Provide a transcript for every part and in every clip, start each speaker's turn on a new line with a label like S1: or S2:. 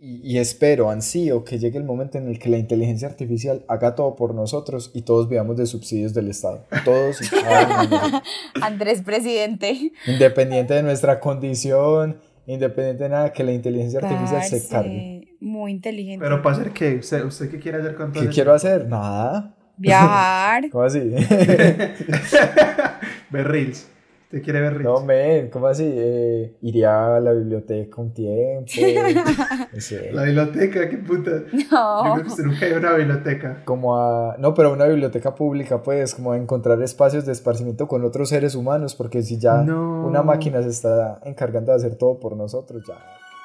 S1: y espero, ansío que llegue el momento en el que la inteligencia artificial haga todo por nosotros y todos vivamos de subsidios del Estado. Todos y cada uno de nosotros.
S2: Andrés presidente.
S1: Independiente de nuestra condición, independiente de nada, que la inteligencia artificial se
S2: Parce,
S1: cargue.
S2: muy inteligente.
S3: Pero para hacer qué, ¿usted qué quiere hacer con todo
S1: ¿Qué
S3: eso?
S1: quiero hacer? Nada.
S2: Viajar.
S1: ¿Cómo así?
S3: Ver Reels. ¿Usted quiere ver Reels?
S1: No, men, ¿cómo así? Iría a la biblioteca un tiempo. No sé.
S3: La biblioteca, qué puta.
S2: No.
S3: Yo creo que usted nunca ha ido a una biblioteca.
S1: No, pero una biblioteca pública, pues, como a encontrar espacios de esparcimiento con otros seres humanos, porque si ya
S3: No.
S1: una máquina se está encargando de hacer todo por nosotros, ya.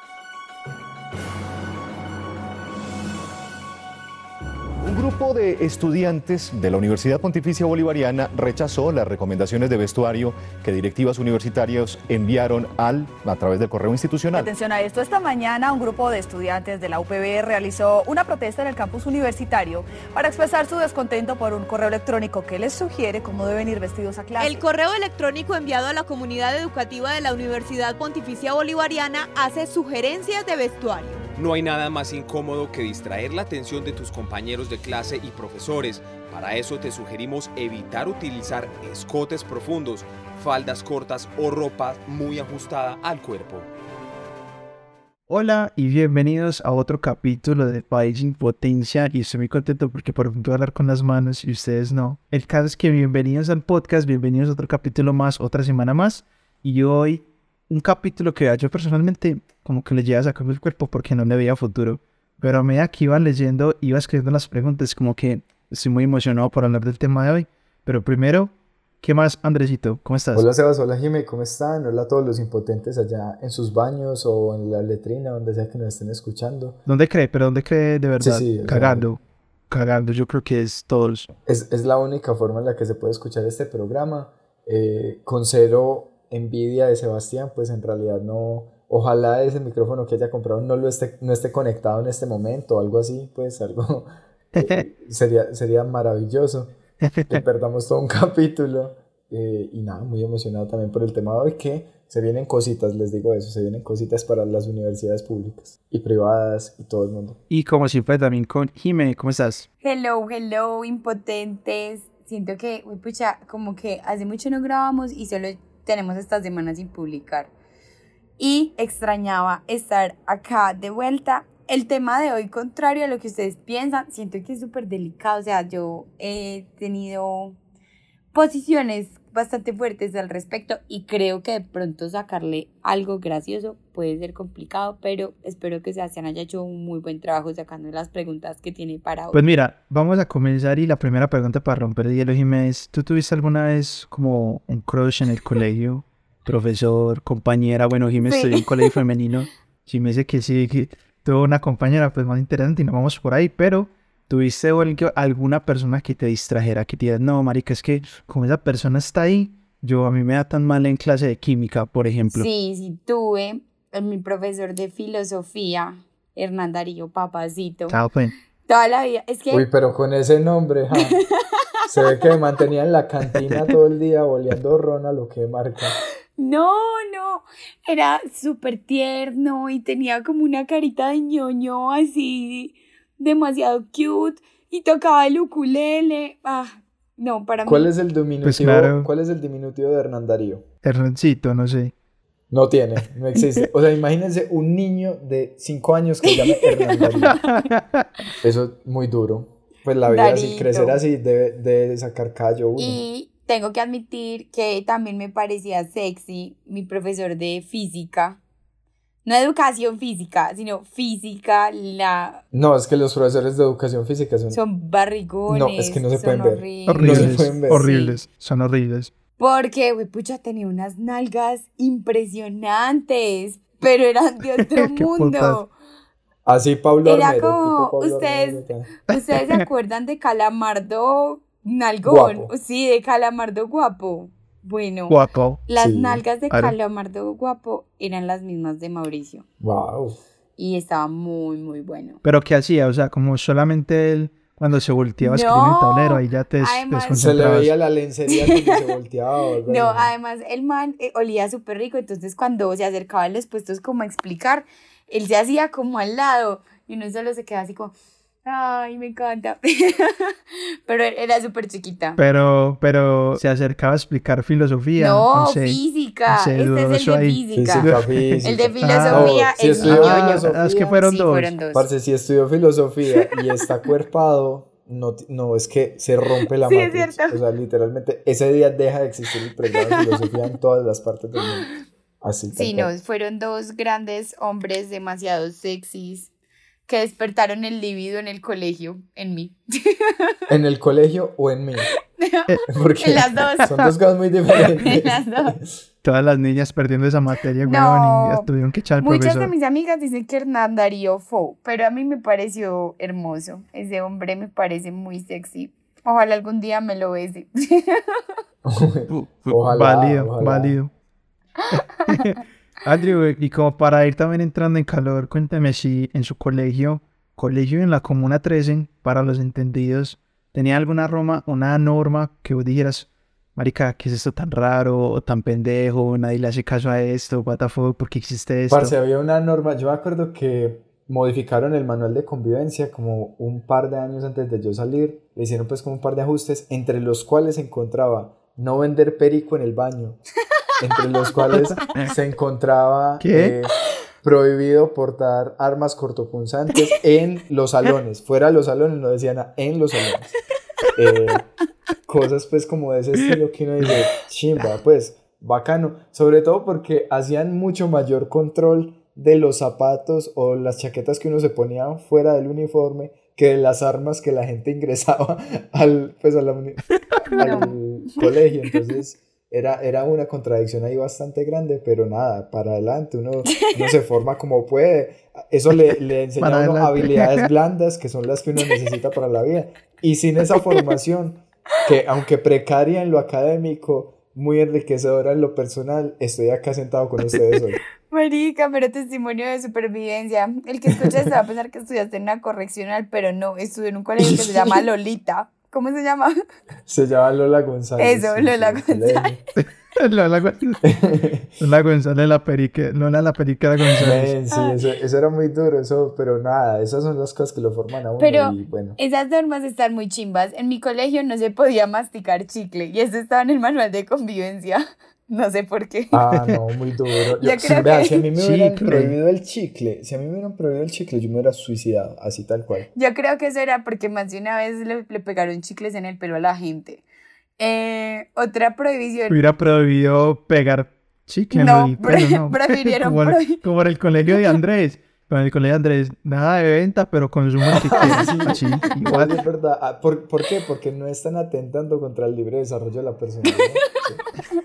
S4: Un grupo de estudiantes de la Universidad Pontificia Bolivariana rechazó las recomendaciones de vestuario que directivas universitarias enviaron a través del correo institucional.
S5: Atención a esto, esta mañana un grupo de estudiantes de la UPB realizó una protesta en el campus universitario para expresar su descontento por un correo electrónico que les sugiere cómo deben ir vestidos a clase.
S6: El correo electrónico enviado a la comunidad educativa de la Universidad Pontificia Bolivariana hace sugerencias de vestuario.
S7: No hay nada más incómodo que distraer la atención de tus compañeros de clase y profesores. Para eso te sugerimos evitar utilizar escotes profundos, faldas cortas o ropa muy ajustada al cuerpo.
S8: Hola y bienvenidos a otro capítulo de País en Potencia, y estoy muy contento porque por fin puedo hablar con las manos y ustedes no. El caso es que bienvenidos al podcast, bienvenidos a otro capítulo más, otra semana más, y hoy un capítulo que yo personalmente como que le lleva sacando el cuerpo porque no le veía futuro, pero a medida que iba leyendo, iba escribiendo las preguntas, como que estoy muy emocionado por hablar del tema de hoy. Pero primero, ¿qué más, Andresito? ¿Cómo estás?
S1: Hola Sebas, hola Jimé, ¿cómo están? Hola a todos los impotentes allá en sus baños o en la letrina, donde sea que nos estén escuchando.
S8: ¿Dónde cree? ¿Pero dónde cree de verdad?
S1: Sí,
S8: Cagando, yo creo que es todos.
S1: Es la única forma en la que se puede escuchar este programa, con cero envidia de Sebastián, pues en realidad no. Ojalá ese micrófono que haya comprado no esté conectado en este momento o algo así, pues algo sería maravilloso que perdamos todo un capítulo. Y nada, muy emocionado también por el tema de hoy, que se vienen cositas, les digo eso, se vienen cositas para las universidades públicas y privadas y todo el mundo.
S8: Y como siempre también con Jimé, ¿cómo estás?
S2: Hello, impotentes. Siento que, pucha, como que hace mucho no grabamos y solo tenemos estas semanas sin publicar. Y extrañaba estar acá de vuelta. El tema de hoy, contrario a lo que ustedes piensan, siento que es súper delicado. O sea, yo he tenido posiciones bastante fuertes al respecto y creo que de pronto sacarle algo gracioso puede ser complicado, pero espero que Sebastián haya hecho un muy buen trabajo sacando las preguntas que tiene para hoy.
S8: Pues mira, vamos a comenzar, y la primera pregunta para romper el hielo, Jimé, es: ¿tú tuviste alguna vez como un crush en el colegio? Profesor, compañera. Bueno, Jimé estudió en un colegio femenino. Jimé dice que sí, que tuvo una compañera pues más interesante y no vamos por ahí, pero ¿tuviste alguna persona que te distrajera, que te diga, no, marica, es que como esa persona está ahí, a mí me da tan mal en clase de química, por ejemplo?
S2: Sí, tuve mi profesor de filosofía, Hernán Darío Papacito.
S8: Chao, pues.
S2: Toda la vida, es que...
S1: Uy, pero con ese nombre, se ve que me mantenía en la cantina todo el día boleando ron a lo que marca.
S2: No, era súper tierno y tenía como una carita de ñoño así, demasiado cute, y tocaba el ukulele. No, para
S1: ¿Cuál
S2: mí...
S1: es el diminutivo?
S8: Pues claro.
S1: ¿Cuál es el diminutivo de Hernán Darío?
S8: Hernancito, no sé.
S1: No existe. O sea, imagínense un niño de 5 años que se llame Hernán Darío. Eso es muy duro. Pues la vida así, crecer así, debe sacar callo uno.
S2: Y tengo que admitir que también me parecía sexy mi profesor de física. No educación física, sino física,
S1: No, es que los profesores de educación física
S2: son barrigones.
S1: No, es que no se pueden ver.
S8: Horribles,
S1: no se pueden ver.
S8: horribles,
S2: sí.
S8: Son horribles.
S2: Porque, pucha, tenía unas nalgas impresionantes, pero eran de otro mundo.
S1: Así Pablo
S2: Era
S1: Armero,
S2: como,
S1: Pablo
S2: ustedes se acuerdan de Calamardo Nalgón,
S1: guapo.
S2: Sí, de Calamardo Guapo. Bueno,
S8: Guapo.
S2: las
S1: Sí.
S2: nalgas de Calamardo Guapo eran las mismas de Mauricio.
S1: Wow.
S2: Y estaba muy, muy bueno.
S8: ¿Pero qué hacía? O sea, como solamente él, cuando se volteaba a escribir en el tablero, ahí ya te desconcentrabas.
S1: Se le veía la lencería cuando se volteaba.
S2: No, además el man olía súper rico, entonces cuando se acercaba a los puestos como a explicar, él se hacía como al lado y uno solo se queda así como, ay, me encanta. Pero era súper chiquita.
S8: Pero se acercaba a explicar filosofía.
S2: No,
S8: sé,
S2: física.
S8: sé,
S2: Este es el
S8: dudoso
S2: de
S8: ahí.
S2: física.
S1: Física.
S2: El de filosofía,
S1: si
S2: el
S1: estudió
S2: ñoño.
S1: filosofía,
S8: Es que fueron
S2: Sí,
S8: dos.
S2: fueron dos.
S1: Parce, si estudió filosofía y está cuerpado, no, es que se rompe la
S2: Sí, es
S1: Matrix.
S2: cierto.
S1: O sea, literalmente, ese día deja de existir el programa de filosofía en todas las partes del mundo. Así,
S2: Sí,
S1: tal cual.
S2: no, fueron dos grandes hombres demasiado sexys que despertaron el libido en el colegio, en mí.
S1: ¿En el colegio o en mí? Porque
S2: En las dos.
S1: son dos cosas muy diferentes.
S2: En las dos.
S8: Todas las niñas perdiendo esa materia,
S2: No.
S8: weón, y tuvieron que echar al
S2: Muchas
S8: profesor.
S2: de mis amigas dicen que Hernán Darío Fo, pero a mí me pareció hermoso. Ese hombre me parece muy sexy. Ojalá algún día me lo bese.
S1: Ojalá.
S8: Válido. Andrew, y como para ir también entrando en calor, cuéntame si en su colegio en la Comuna 13, para los entendidos, ¿tenía una norma que vos dijeras, marica, qué es esto tan raro o tan pendejo, nadie le hace caso a esto, what the fuck, ¿por qué existe esto?
S1: Parce, había una norma, yo me acuerdo que modificaron el manual de convivencia como un par de años antes de yo salir, le hicieron pues como un par de ajustes, entre los cuales se encontraba no vender perico en el baño, entre los cuales se encontraba prohibido portar armas cortopunzantes en los salones, fuera de los salones no decía nada, en los salones. Cosas pues como de ese estilo que uno dice, chimba, pues bacano, sobre todo porque hacían mucho mayor control de los zapatos o las chaquetas que uno se ponía fuera del uniforme que de las armas que la gente ingresaba al colegio, entonces era una contradicción ahí bastante grande, pero nada, para adelante, uno se forma como puede, eso le enseña a uno habilidades blandas que son las que uno necesita para la vida, y sin esa formación, que aunque precaria en lo académico, muy enriquecedora en lo personal, estoy acá sentado con ustedes hoy.
S2: Marica, pero testimonio de supervivencia. El que escucha esto va a pensar que estudiaste en una correccional, pero no, estudié en un colegio que se llama Lolita. ¿Cómo se llama?
S1: Se llama Lola González.
S2: Eso, Lola González.
S8: Lola González, la periquera González.
S1: Sí, eso era muy duro, pero nada, esas son las cosas que lo forman a uno.
S2: Pero
S1: y bueno.
S2: esas normas están muy chimbas. En mi colegio no se podía masticar chicle y eso estaba en el manual de convivencia. No sé por qué.
S1: Ah, no, muy duro. Si a mí me hubieran prohibido el chicle, yo me hubiera suicidado, así tal cual.
S2: Yo creo que eso era porque más de una vez le pegaron chicles en el pelo a la gente. Otra prohibición.
S8: Hubiera prohibido pegar chicle en el pelo, ¿no?
S2: Prefirieron
S8: como en el colegio de Andrés. Con el colegio de Andrés, nada de venta, pero consumo el que quieras. Así, igual.
S1: Es verdad. ¿Por qué? Porque no están atentando contra el libre desarrollo de la personalidad. Sí.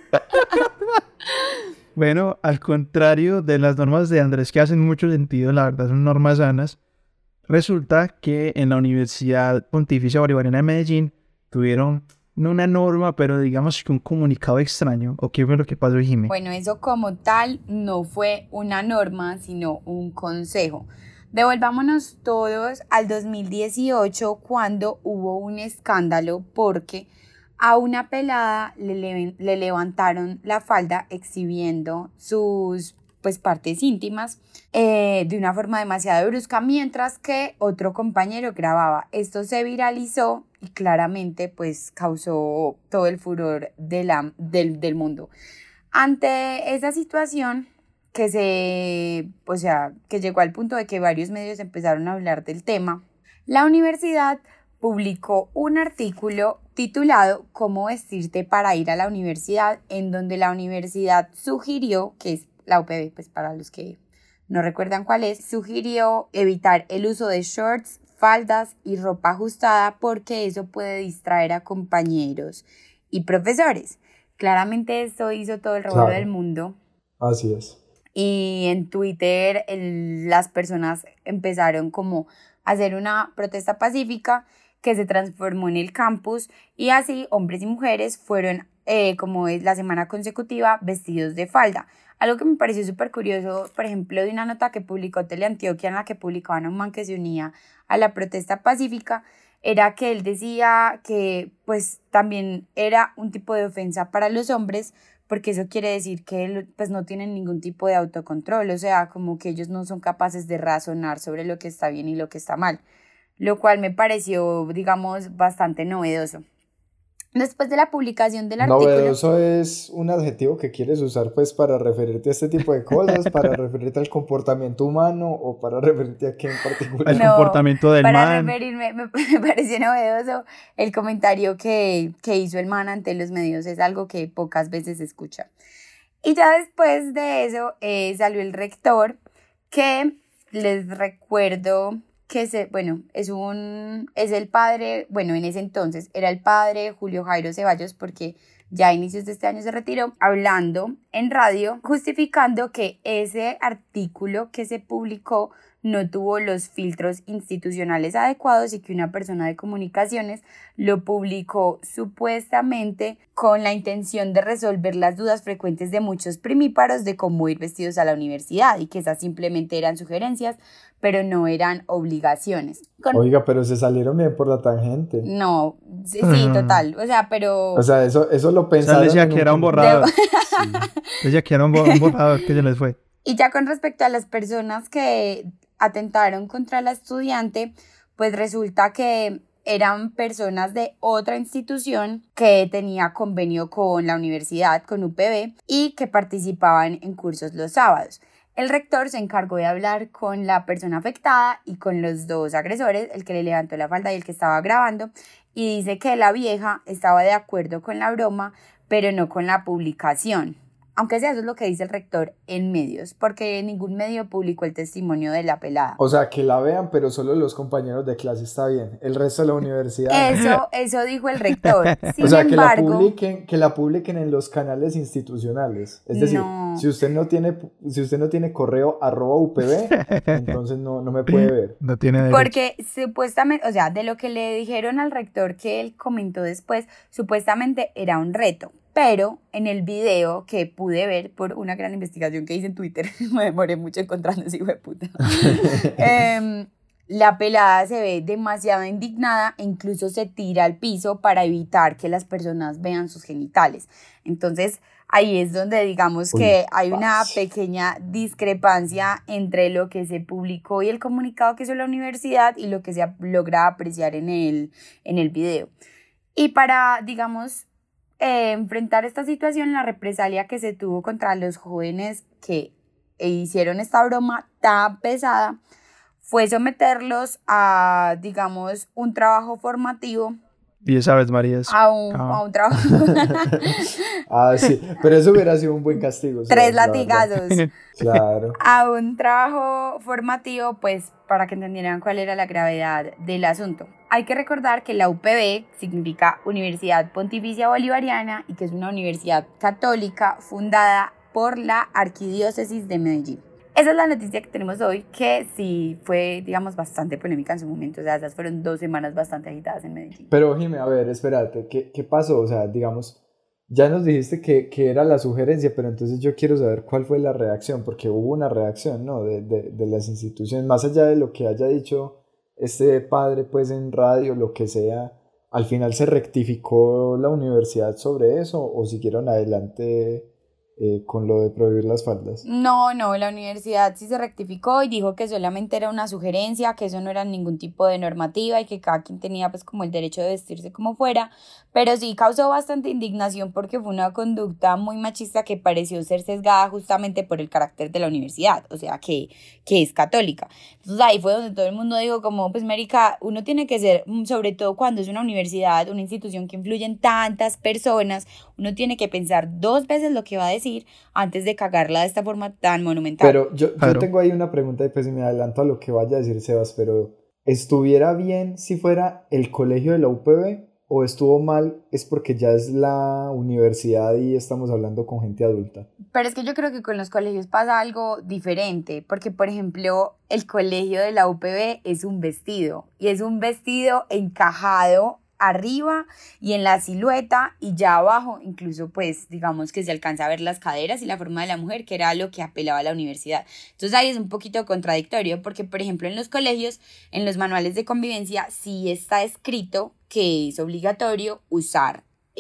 S8: Bueno, al contrario de las normas de Andrés, que hacen mucho sentido, la verdad son normas sanas, resulta que en la Universidad Pontificia Bolivariana de Medellín tuvieron no una norma, pero digamos que un comunicado extraño. ¿O qué fue lo que pasó, Jimé?
S2: Bueno, eso como tal no fue una norma, sino un consejo. Devolvámonos todos al 2018 cuando hubo un escándalo porque a una pelada le levantaron la falda exhibiendo sus partes íntimas de una forma demasiado brusca, mientras que otro compañero grababa. Esto se viralizó y claramente pues causó todo el furor del mundo. Ante esa situación que llegó al punto de que varios medios empezaron a hablar del tema, la universidad publicó un artículo titulado ¿Cómo vestirte para ir a la universidad?, en donde la universidad sugirió, que es la UPB, pues para los que no recuerdan cuál es, sugirió evitar el uso de shorts, faldas y ropa ajustada porque eso puede distraer a compañeros y profesores. Claramente esto hizo todo el revuelo del mundo.
S1: Así es.
S2: Y en Twitter las personas empezaron como a hacer una protesta pacífica que se transformó en el campus y así hombres y mujeres fueron como es la semana consecutiva vestidos de falda. Algo que me pareció súper curioso, por ejemplo, de una nota que publicó Teleantioquia en la que publicaban a un man que se unía a la protesta pacífica, era que él decía que pues también era un tipo de ofensa para los hombres porque eso quiere decir que pues no tienen ningún tipo de autocontrol, o sea, como que ellos no son capaces de razonar sobre lo que está bien y lo que está mal, lo cual me pareció, digamos, bastante novedoso. Después de la publicación del artículo...
S1: Novedoso es un adjetivo que quieres usar pues para referirte a este tipo de cosas, para referirte al comportamiento humano o para referirte a qué en particular.
S8: El comportamiento del
S2: para
S8: man.
S2: referirme, me pareció novedoso el comentario que hizo el man ante los medios, es algo que pocas veces se escucha. Y ya después de eso salió el rector, que les recuerdo... que es el padre, bueno, en ese entonces era el padre Julio Jairo Ceballos, porque ya a inicios de este año se retiró, hablando en radio, justificando que ese artículo que se publicó no tuvo los filtros institucionales adecuados y que una persona de comunicaciones lo publicó supuestamente con la intención de resolver las dudas frecuentes de muchos primíparos de cómo ir vestidos a la universidad y que esas simplemente eran sugerencias, pero no eran obligaciones.
S1: Oiga, pero se salieron bien por la tangente.
S2: No, sí, total, o sea, pero...
S1: O sea, eso lo pensaron.
S8: O sea, decía que era un borrador. Sí. Decía que era un borrador que se les fue.
S2: Y ya con respecto a las personas que atentaron contra la estudiante, pues resulta que eran personas de otra institución que tenía convenio con la universidad, con UPB, y que participaban en cursos los sábados. El rector se encargó de hablar con la persona afectada y con los dos agresores, el que le levantó la falda y el que estaba grabando, y dice que la vieja estaba de acuerdo con la broma, pero no con la publicación. Aunque sea, eso es lo que dice el rector en medios, porque ningún medio publicó el testimonio de la pelada.
S1: O sea, que la vean, pero solo los compañeros de clase está bien. El resto de la universidad...
S2: Eso dijo el rector. Sin
S1: o sea,
S2: embargo,
S1: que la publiquen en los canales institucionales. Es decir, si usted no tiene correo @UPB, entonces no me puede ver.
S8: No tiene derecho.
S2: Porque supuestamente, o sea, de lo que le dijeron al rector que él comentó después, supuestamente era un reto. Pero en el video que pude ver por una gran investigación que hice en Twitter, me demoré mucho encontrando ese hijo de puta, la pelada se ve demasiado indignada e incluso se tira al piso para evitar que las personas vean sus genitales. Entonces ahí es donde digamos que hay una pequeña discrepancia entre lo que se publicó y el comunicado que hizo la universidad y lo que se logra apreciar en el video. Y para, digamos... enfrentar esta situación, la represalia que se tuvo contra los jóvenes que hicieron esta broma tan pesada fue someterlos a, digamos, un trabajo formativo.
S8: 10 Aves Marías.
S2: A un trabajo.
S1: Sí, pero eso hubiera sido un buen castigo.
S2: 3 latigazos.
S1: Claro.
S2: A un trabajo formativo, pues, para que entendieran cuál era la gravedad del asunto. Hay que recordar que la UPB significa Universidad Pontificia Bolivariana y que es una universidad católica fundada por la Arquidiócesis de Medellín. Esa es la noticia que tenemos hoy, que sí fue, digamos, bastante polémica en su momento. O sea, esas fueron 2 semanas bastante agitadas en Medellín.
S1: Pero, Jimé, a ver, espérate, ¿qué pasó? O sea, digamos, ya nos dijiste que era la sugerencia, pero entonces yo quiero saber cuál fue la reacción, porque hubo una reacción, ¿no? De las instituciones, más allá de lo que haya dicho este padre, pues, en radio, lo que sea. ¿Al final se rectificó la universidad sobre eso o siguieron adelante con lo de prohibir las faldas?
S2: No, la universidad sí se rectificó y dijo que solamente era una sugerencia, que eso no era ningún tipo de normativa y que cada quien tenía pues como el derecho de vestirse como fuera, pero sí causó bastante indignación porque fue una conducta muy machista que pareció ser sesgada justamente por el carácter de la universidad, o sea que es católica. Entonces ahí fue donde todo el mundo dijo como, pues marica, uno tiene que ser, sobre todo cuando es una universidad, una institución que influye en tantas personas, uno tiene que pensar 2 veces lo que va a decir antes de cagarla de esta forma tan monumental.
S1: Pero yo tengo ahí una pregunta y pues me adelanto a lo que vaya a decir Sebas, pero ¿estuviera bien si fuera el colegio de la UPB o estuvo mal es porque ya es la universidad y estamos hablando con gente adulta?
S2: Pero es que yo creo que con los colegios pasa algo diferente, porque por ejemplo el colegio de la UPB es un vestido y es un vestido encajado arriba y en la silueta y ya abajo incluso pues digamos que se alcanza a ver las caderas y la forma de la mujer, que era lo que apelaba a la universidad. Entonces ahí es un poquito contradictorio porque por ejemplo en los colegios, en los manuales de convivencia sí está escrito que es obligatorio usar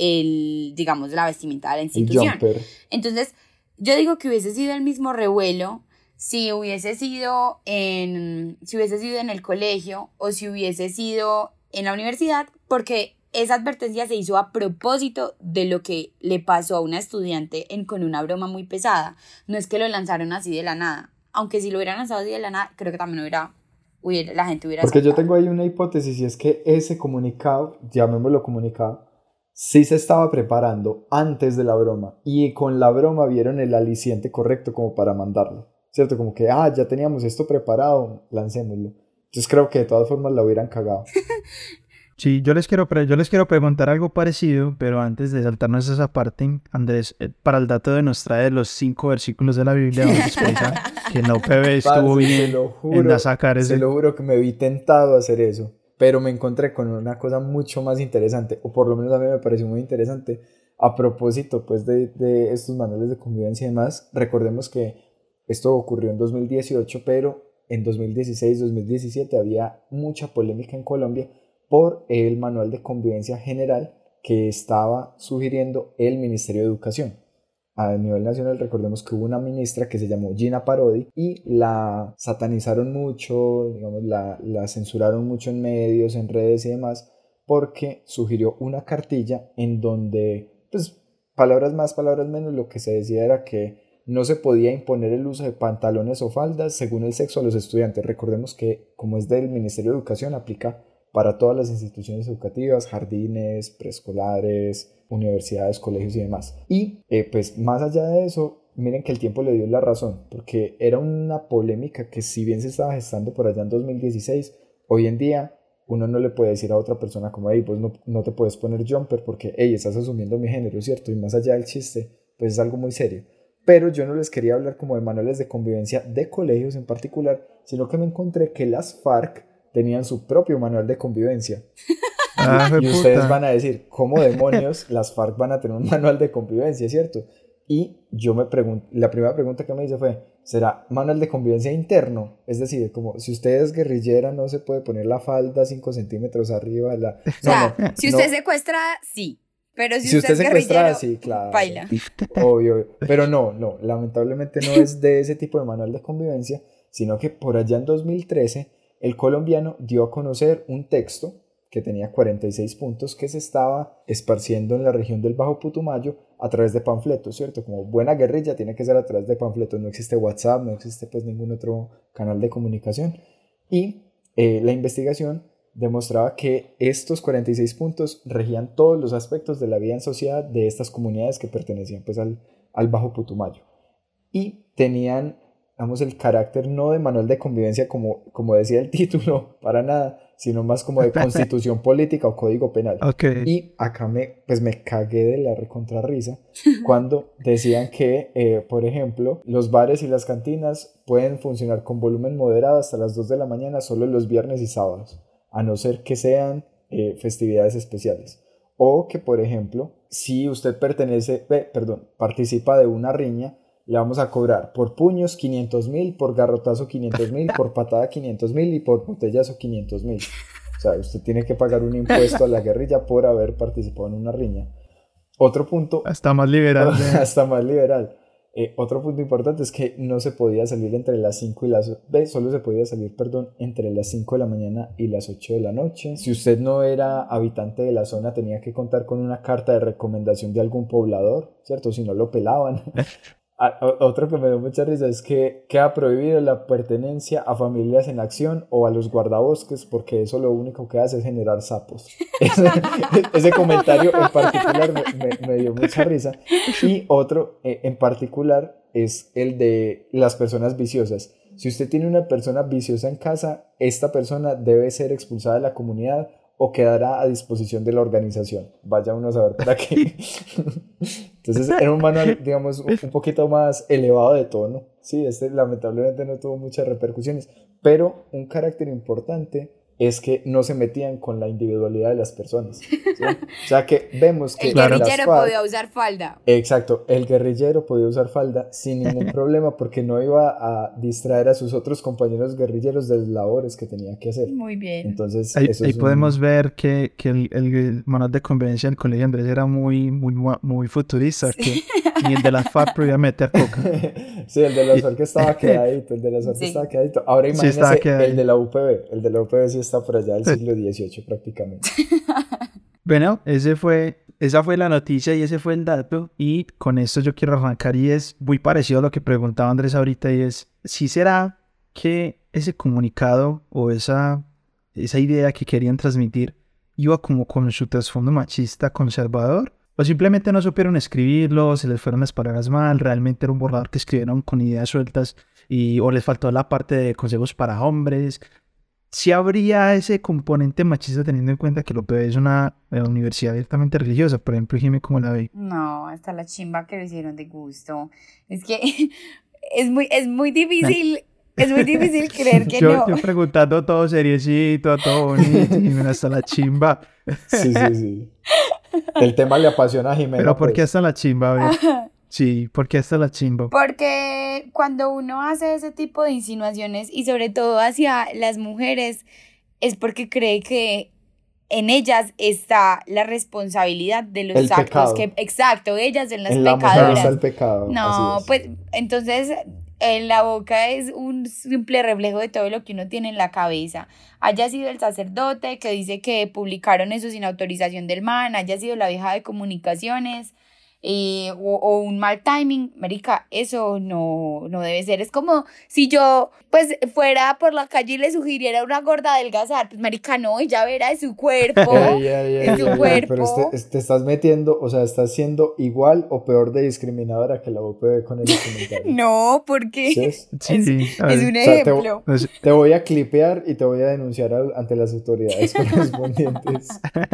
S2: digamos, la vestimenta de la
S1: El
S2: institución.
S1: jumper.
S2: Entonces, yo digo que hubiese sido el mismo revuelo si hubiese sido en el colegio o si hubiese sido en la universidad, porque esa advertencia se hizo a propósito de lo que le pasó a una estudiante con una broma muy pesada. No es que lo lanzaron así de la nada. Aunque si lo hubieran lanzado así de la nada, creo que también la gente hubiera
S1: Porque yo
S2: saltado.
S1: tengo ahí una hipótesis y es que ese comunicado, llamémoslo comunicado, sí se estaba preparando antes de la broma y con la broma vieron el aliciente correcto como para mandarlo, ¿cierto? Como que, ya teníamos esto preparado, lancémoslo. Entonces creo que de todas formas la hubieran cagado.
S8: Sí, yo les quiero preguntar algo parecido, pero antes de saltarnos esa parte, Andrés, para el dato de nos trae los 5 versículos de la Biblia donde expresa que en la UPB estuvo
S1: Parce,
S8: bien en sacar ese.
S1: Se lo juro que me vi tentado a hacer eso, pero me encontré con una cosa mucho más interesante, o por lo menos a mí me pareció muy interesante, a propósito pues de estos manuales de convivencia y demás. Recordemos que esto ocurrió en 2018, pero en 2016, 2017 había mucha polémica en Colombia por el manual de convivencia general que estaba sugiriendo el Ministerio de Educación. A nivel nacional, recordemos que hubo una ministra que se llamó Gina Parodi y la satanizaron mucho, digamos, la censuraron mucho en medios, en redes y demás, porque sugirió una cartilla en donde, pues, palabras más, palabras menos, lo que se decía era que no se podía imponer el uso de pantalones o faldas según el sexo a los estudiantes. Recordemos que, como es del Ministerio de Educación, aplica para todas las instituciones educativas, jardines, preescolares, universidades, colegios y demás. Y pues más allá de eso, miren que el tiempo le dio la razón, porque era una polémica que si bien se estaba gestando por allá en 2016, hoy en día uno no le puede decir a otra persona como, hey, pues no te puedes poner jumper porque, hey, estás asumiendo mi género, ¿cierto? Y más allá del chiste, pues es algo muy serio. Pero yo no les quería hablar como de manuales de convivencia de colegios en particular, sino que me encontré que las FARC tenían su propio manual de convivencia. Y ustedes van a decir, ¿cómo demonios las FARC van a tener un manual de convivencia, cierto? Y yo me pregunto, la primera pregunta que me hice fue, ¿será manual de convivencia interno? Es decir, como si usted es guerrillera no se puede poner la falda 5 centímetros arriba.
S2: Si usted secuestra, sí. Pero si usted es
S1: secuestra,
S2: guerrillero,
S1: sí, claro.
S2: baila.
S1: Obvio. Pero no, lamentablemente no es de ese tipo de manual de convivencia, sino que por allá en 2013 el colombiano dio a conocer un texto que tenía 46 puntos que se estaba esparciendo en la región del Bajo Putumayo a través de panfletos, ¿cierto? Como buena guerrilla tiene que ser a través de panfletos, no existe WhatsApp, no existe pues ningún otro canal de comunicación. Y la investigación demostraba que estos 46 puntos regían todos los aspectos de la vida en sociedad de estas comunidades que pertenecían pues al Bajo Putumayo. Y tenían, digamos, el carácter no de manual de convivencia como decía el título, para nada, sino más como de constitución política o código penal.
S8: Okay.
S1: Y acá me cagué de la recontrarrisa cuando decían que, por ejemplo, los bares y las cantinas pueden funcionar con volumen moderado hasta las 2 de la mañana solo los viernes y sábados, a no ser que sean festividades especiales. O que, por ejemplo, si usted participa de una riña, le vamos a cobrar por puños 500.000, por garrotazo 500.000, por patada 500.000 y por botellazo 500.000. O sea, usted tiene que pagar un impuesto a la guerrilla por haber participado en una riña. Otro punto...
S8: Hasta más liberal.
S1: Hasta más liberal. Otro punto importante es que no se podía salir entre las 5 y las... Solo se podía salir, entre las 5 de la mañana y las 8 de la noche. Si usted no era habitante de la zona, tenía que contar con una carta de recomendación de algún poblador, ¿cierto? Si no, lo pelaban. Otro que me dio mucha risa es que queda prohibido la pertenencia a familias en acción o a los guardabosques, porque eso lo único que hace es generar sapos. Ese comentario en particular me dio mucha risa. Y otro en particular es el de las personas viciosas. Si usted tiene una persona viciosa en casa, esta persona debe ser expulsada de la comunidad o quedará a disposición de la organización. Vaya uno a saber para qué. Entonces era un manual, digamos, un poquito más elevado de tono. Sí, lamentablemente no tuvo muchas repercusiones, pero un carácter importante es que no se metían con la individualidad de las personas, ¿sí? O sea que vemos que
S2: el guerrillero podía usar falda.
S1: Exacto, el guerrillero podía usar falda sin ningún problema porque no iba a distraer a sus otros compañeros guerrilleros de las labores que tenía que hacer.
S2: Muy bien.
S1: Entonces,
S8: ahí
S1: eso es
S8: podemos ver que el manual de convivencia del colegio Andrés era muy futurista, que ni el de las FARC podía meter coca.
S1: Sí, el de las FARC estaba quedadito, estaba quedadito. Ahora imagínense el de la UPB sí está por allá del siglo XVIII prácticamente.
S8: Bueno, esa fue la noticia y ese fue el dato, y con esto yo quiero arrancar, y es muy parecido a lo que preguntaba Andrés ahorita, y es, ¿sí será que ese comunicado o esa idea que querían transmitir iba como con su trasfondo machista conservador? ¿O simplemente no supieron escribirlo, se les fueron las palabras mal, realmente era un borrador que escribieron con ideas sueltas o les faltó la parte de consejos para hombres? ¿Sí habría ese componente machista teniendo en cuenta que la UPB es una universidad abiertamente religiosa? Por ejemplo, Jimmy, ¿cómo la ve?
S2: No, hasta la chimba que lo hicieron de gusto. Es que es muy difícil... Es muy difícil creer que no.
S8: Yo preguntando todo seriecito, todo bonito, y hasta la chimba.
S1: Sí. El tema le apasiona a Jimena.
S8: Pero ¿por qué hasta la chimba? A ver. Sí, ¿por qué hasta la chimba?
S2: Porque cuando uno hace ese tipo de insinuaciones, y sobre todo hacia las mujeres, es porque cree que en ellas está la responsabilidad de los
S1: el
S2: actos
S1: pecado.
S2: Exacto, ellas son las
S1: en
S2: pecadoras.
S1: La mujer está el pecado.
S2: No, pues entonces en la boca es un simple reflejo de todo lo que uno tiene en la cabeza. Haya sido el sacerdote que dice que publicaron eso sin autorización del man, haya sido la vieja de comunicaciones, o un mal timing, marica, eso no debe ser. Es como si yo pues fuera por la calle y le sugiriera a una gorda adelgazar, pues marica, no, ella verá de su cuerpo, cuerpo.
S1: Pero te estás metiendo, o sea, estás siendo igual o peor de discriminadora que la UPB con ese comentario.
S2: No, porque
S1: ¿Sí?
S2: es un ejemplo.
S1: Te voy a clipear y te voy a denunciar ante las autoridades correspondientes.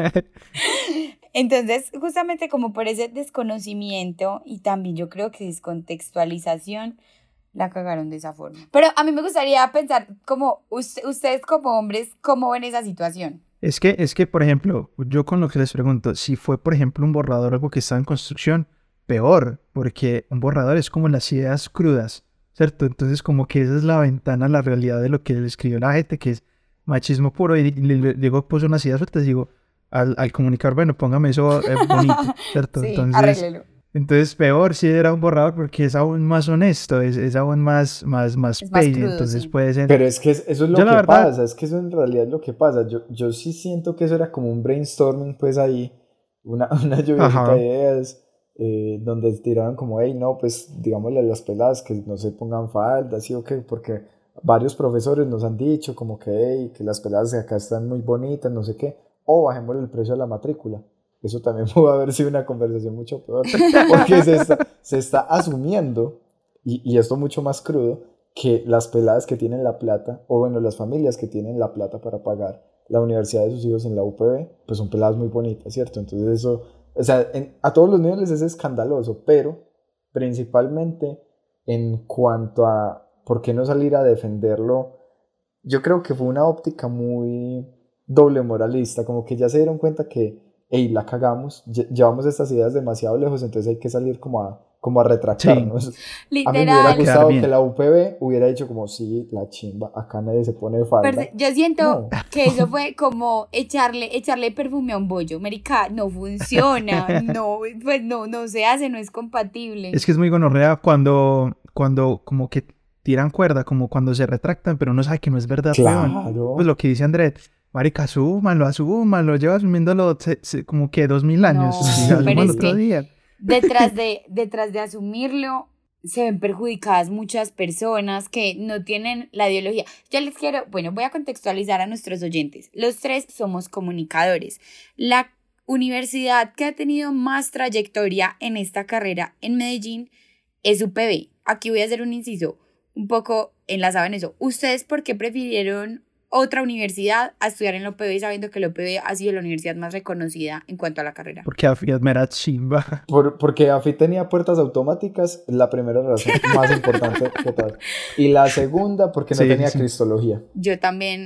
S2: Entonces, justamente como por ese desconocimiento y también yo creo que descontextualización, la cagaron de esa forma. Pero a mí me gustaría pensar como ustedes como hombres, ¿cómo ven esa situación?
S8: Es que, por ejemplo, yo con lo que les pregunto, si fue, por ejemplo, un borrador, algo que está en construcción, peor, porque un borrador es como las ideas crudas, ¿cierto? Entonces como que esa es la ventana a la realidad de lo que le escribió la gente, que es machismo puro, y luego puso unas ideas sueltas y digo, al comunicar, bueno, póngame eso bonito, ¿cierto?
S2: Sí,
S8: entonces,
S2: arréglelo.
S8: Entonces peor si era un borrador porque es aún más honesto, es aún más pay,
S2: crudo,
S8: entonces
S2: sí.
S8: puede ser...
S1: Pero es que eso es lo que pasa, es que eso en realidad es lo que pasa. Yo sí siento que eso era como un brainstorming, pues ahí, una lluvia de ideas, donde tiraron como, hey, no, pues digámosle a las peladas que no se pongan faldas, ¿sí o qué? Porque varios profesores nos han dicho como que, hey, que las peladas de acá están muy bonitas, no sé qué, o bajémosle el precio de la matrícula. Eso también pudo haber sido una conversación mucho peor, porque se está asumiendo, y esto mucho más crudo, que las peladas que tienen la plata, o bueno, las familias que tienen la plata para pagar la universidad de sus hijos en la UPB, pues son peladas muy bonitas, ¿cierto? Entonces eso, o sea, a todos los niveles es escandaloso, pero principalmente en cuanto a por qué no salir a defenderlo, yo creo que fue una óptica muy doble moralista, como que ya se dieron cuenta que hey, la cagamos, llevamos estas ideas demasiado lejos, entonces hay que salir como a retractarnos.
S2: Sí.
S1: A mí me hubiera gustado que la UPB hubiera dicho como, sí, la chimba, acá nadie se pone falda.
S2: Pero yo siento que eso fue como echarle perfume a un bollo. Marica, no funciona, no, pues no se hace, no es compatible.
S8: Es que es muy gonorrea cuando como que tiran cuerda, como cuando se retractan, pero uno sabe que no es verdad.
S1: Claro.
S8: Pues lo que dice Andrés, marica, asúmalo, lleva asumiéndolo como que 2000 años.
S2: No, pero es
S8: otro día.
S2: Detrás de asumirlo, se ven perjudicadas muchas personas que no tienen la ideología. Yo les quiero, bueno, voy a contextualizar a nuestros oyentes. Los tres somos comunicadores. La universidad que ha tenido más trayectoria en esta carrera en Medellín es UPB. Aquí voy a hacer un inciso un poco enlazado en eso. ¿Ustedes por qué prefirieron otra universidad a estudiar en la UPB sabiendo que la UPB ha sido la universidad más reconocida en cuanto a la carrera?
S8: Porque AFI es mera chimba.
S1: Porque AFI tenía puertas automáticas, la primera razón más importante que tal. Y la segunda, porque no tenía cristología.
S2: Yo también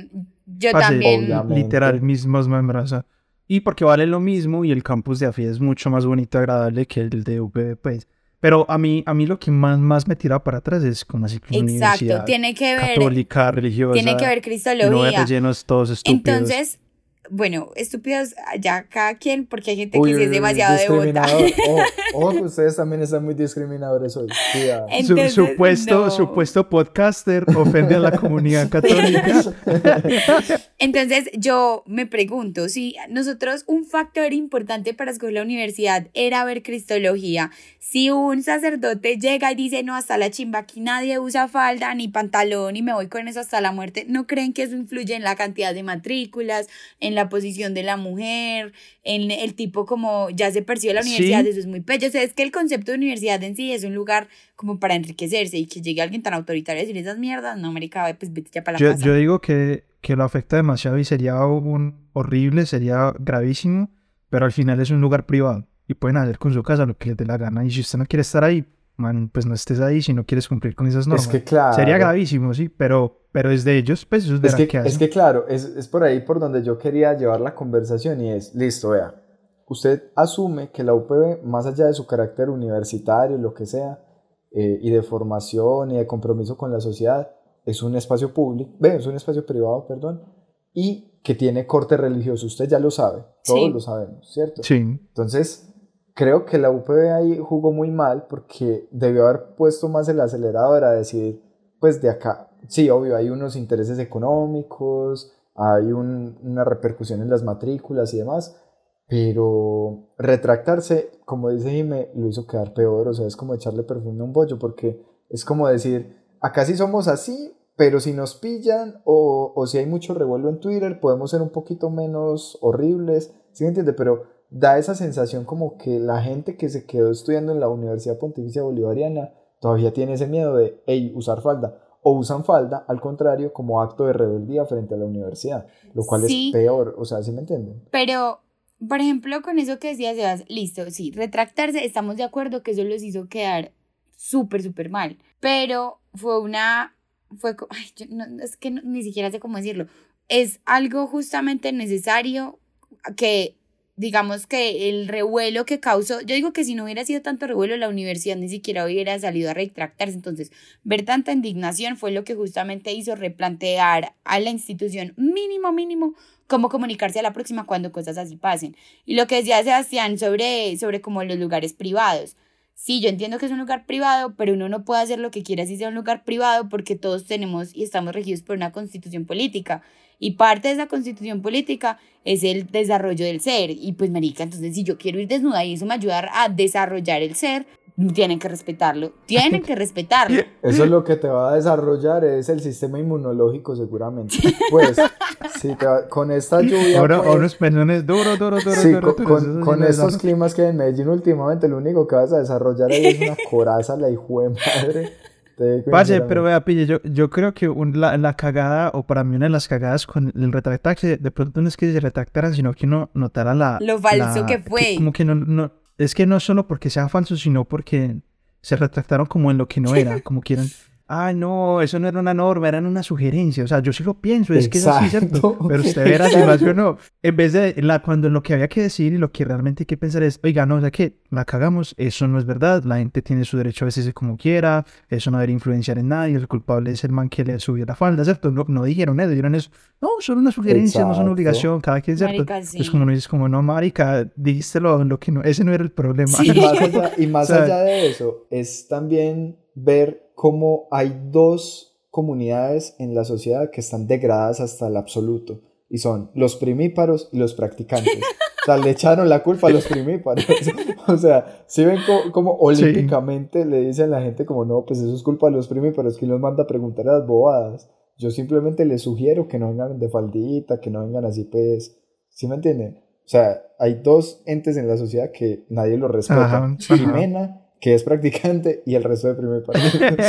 S2: Yo
S8: Parce,
S2: también.
S1: Obviamente.
S8: literal, mismos membros. Y porque vale lo mismo y el campus de AFI es mucho más bonito y agradable que el de UPB, pues. Pero a mí lo que más me tira para atrás es como así que una
S2: Exacto,
S8: universidad
S2: tiene que ver,
S8: católica, religiosa,
S2: tiene que ver
S8: y no de
S2: cristología.
S8: rellenos todos estúpidos.
S2: Entonces, bueno, estúpidos ya cada quien, porque hay gente que sí es demasiado devota.
S1: discriminador. Ojo, ustedes también están muy discriminadores hoy. Cuidado.
S2: Entonces, no.
S8: Supuesto podcaster ofende a la comunidad católica.
S2: Entonces yo me pregunto, si nosotros un factor importante para escoger la universidad era ver cristología, si un sacerdote llega y dice, no, hasta la chimba, aquí nadie usa falda ni pantalón y me voy con eso hasta la muerte, ¿no creen que eso influye en la cantidad de matrículas, en la posición de la mujer, en el tipo como ya se percibe la universidad?
S8: Sí.
S2: Eso es muy bello. O sea, es que el concepto de universidad en sí es un lugar como para enriquecerse, y que llegue alguien tan autoritario a decir esas mierdas, no, marica, pues vete ya para la casa.
S8: Yo digo que lo afecta demasiado y sería horrible, sería gravísimo, pero al final es un lugar privado y pueden hacer con su casa lo que les dé la gana. Y si usted no quiere estar ahí, man, pues no estés ahí si no quieres cumplir con esas normas.
S1: Es que claro.
S8: Sería gravísimo, sí, pero es de ellos, pues ellos verán qué hacen.
S1: Es que claro, es por ahí por donde yo quería llevar la conversación y es, listo, vea, usted asume que la UPB, más allá de su carácter universitario, lo que sea, y de formación y de compromiso con la sociedad, es un espacio público, es un espacio privado, perdón, y que tiene corte religioso. Usted ya lo sabe, todos
S2: Sí.
S1: lo sabemos, ¿cierto?
S8: Sí.
S1: Entonces, creo que la UPB ahí jugó muy mal porque debió haber puesto más el acelerador a decir, pues de acá, sí, obvio, hay unos intereses económicos, hay una repercusión en las matrículas y demás, pero retractarse, como dice Jimé, lo hizo quedar peor. O sea, es como echarle perfume a un bollo, porque es como decir, acá sí somos así, pero si nos pillan o si hay mucho revuelo en Twitter, podemos ser un poquito menos horribles, ¿sí me entiende? Pero da esa sensación como que la gente que se quedó estudiando en la Universidad Pontificia Bolivariana todavía tiene ese miedo de, hey, usar falda, o usan falda, al contrario, como acto de rebeldía frente a la universidad, lo cual
S2: Sí.
S1: es peor, o sea, ¿sí me entienden?
S2: Pero, por ejemplo, con eso que decía Sebas, listo, sí, retractarse, estamos de acuerdo que eso los hizo quedar súper, súper mal. Pero ay, yo es que ni siquiera sé cómo decirlo. Es algo justamente necesario que, digamos que el revuelo que causó, yo digo que si no hubiera sido tanto revuelo, la universidad ni siquiera hubiera salido a retractarse. Entonces, ver tanta indignación fue lo que justamente hizo replantear a la institución mínimo cómo comunicarse a la próxima cuando cosas así pasen. Y lo que decía Sebastián sobre como los lugares privados. Sí, yo entiendo que es un lugar privado, pero uno no puede hacer lo que quiera si sea un lugar privado, porque todos tenemos y estamos regidos por una constitución política. Y parte de esa constitución política es el desarrollo del ser. Y pues, marica, entonces si yo quiero ir desnuda y eso me ayuda a desarrollar el ser, tienen que respetarlo. Tienen que respetarlo.
S1: Eso es lo que te va a desarrollar, es el sistema inmunológico seguramente. Pues, si con esta lluvia...
S8: Ahora
S1: pues,
S8: unos pezones duros.
S1: sí,
S8: Eso
S1: con
S8: sí
S1: estos climas que hay en Medellín últimamente, lo único que vas a desarrollar ahí es una coraza, la hijo de madre.
S8: Parce, pero vea, pille, yo creo que la cagada, o para mí una de las cagadas con el retractarse, de pronto no es que se retractaran, sino que uno notara
S2: lo falso que fue.
S8: Como que no, es que no solo porque sea falso, sino porque se retractaron como en lo que no era, como quieran. Ah, no, eso no era una norma, era una sugerencia. O sea, yo sí lo pienso, es que es así, ¿cierto? Pero usted verá si más o no. En vez de cuando lo que había que decir y lo que realmente hay que pensar es, oiga, no, o sea que la cagamos, eso no es verdad, la gente tiene su derecho a vestirse como quiera, eso no debe influenciar en nadie, el culpable es el man que le subió la falda, ¿cierto? No dijeron eso, dijeron eso. No, son una sugerencia, no son una obligación, cada quien, ¿cierto?
S2: Marica, sí.
S8: Es como no dices, como no, marica, dijiste lo que no, ese no era el problema.
S2: Sí.
S1: Y más
S8: O sea,
S1: allá de eso, es también ver cómo hay dos comunidades en la sociedad que están degradadas hasta el absoluto, y son los primíparos y los practicantes. O sea, le echaron la culpa a los primíparos. O sea, si ven como olímpicamente le dicen a la gente como, no, pues eso es culpa de los primíparos, ¿quién los manda a preguntar a las bobadas? Yo simplemente les sugiero que no vengan de faldita, que no vengan así, pues, ¿sí me entienden? O sea, hay dos entes en la sociedad que nadie los respeta.
S8: Ajá.
S1: Jimena, que es practicante, y el resto de primíparos.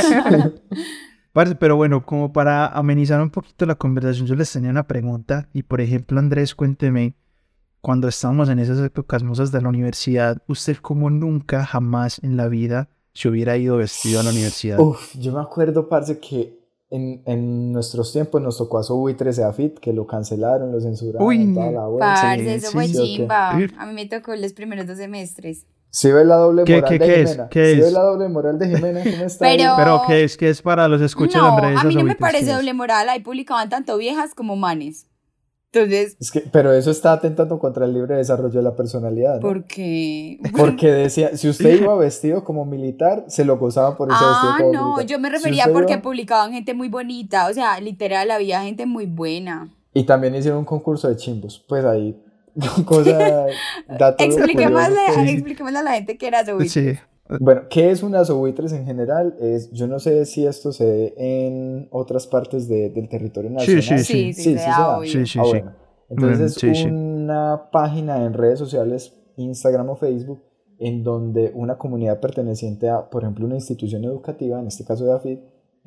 S8: Parce, pero bueno, como para amenizar un poquito la conversación, yo les tenía una pregunta. Y por ejemplo, Andrés, cuénteme, cuando estábamos en esas épocas mozas de la universidad, ¿usted como nunca, jamás en la vida se hubiera ido vestido a la universidad?
S1: Uf, yo me acuerdo, parce, que en nuestros tiempos nos tocó a Sobuy 13 Afit, que lo cancelaron, lo censuraron,
S8: Uy,
S1: toda la vuelta.
S2: Parce, eso fue
S8: sí,
S1: ¿sí o qué?
S2: chimba. A mí me tocó los primeros 2 semestres.
S1: ¿Sí ve la doble
S8: ¿Qué-
S1: moral
S8: qué-
S1: de
S8: qué es?
S1: Jimena?
S8: ¿Qué
S1: ¿Sí ve
S8: es?
S1: la doble moral de Jimena? ¿Cómo está ahí?
S8: Pero ¿qué es para los escuchas,
S2: No,
S8: Andrés?
S2: a mí no me
S8: Sobuitres,
S2: parece
S8: ¿qué es?
S2: doble moral. Ahí publicaban tanto viejas como manes. Entonces,
S1: Es que, pero eso está atentando contra el libre desarrollo de la personalidad, ¿no?
S2: ¿por qué?
S1: Porque decía, si usted iba vestido como militar, se lo gozaban por ese vestido como
S2: No,
S1: militar.
S2: yo me
S1: Si
S2: refería
S1: usted
S2: porque
S1: iba-
S2: publicaban gente muy bonita. O sea, literal, había gente muy buena.
S1: Y también hicieron un concurso de chimbos, pues ahí, cosa, dato
S2: Expliquémosle
S1: curioso.
S2: a la gente que era Sobuitres.
S8: Sí.
S1: Bueno, ¿qué es una sobuitres en general? Yo no sé si esto se ve en otras partes del territorio
S8: Sí,
S1: nacional.
S8: sí,
S2: Sí,
S1: se
S2: se da,
S1: da.
S2: obvio.
S8: Sí, sí,
S1: Ah,
S8: sí.
S1: bueno. Entonces
S8: Sí,
S1: es
S8: sí.
S1: una página en redes sociales, Instagram o Facebook, en donde una comunidad perteneciente a, por ejemplo, una institución educativa, en este caso de AFID,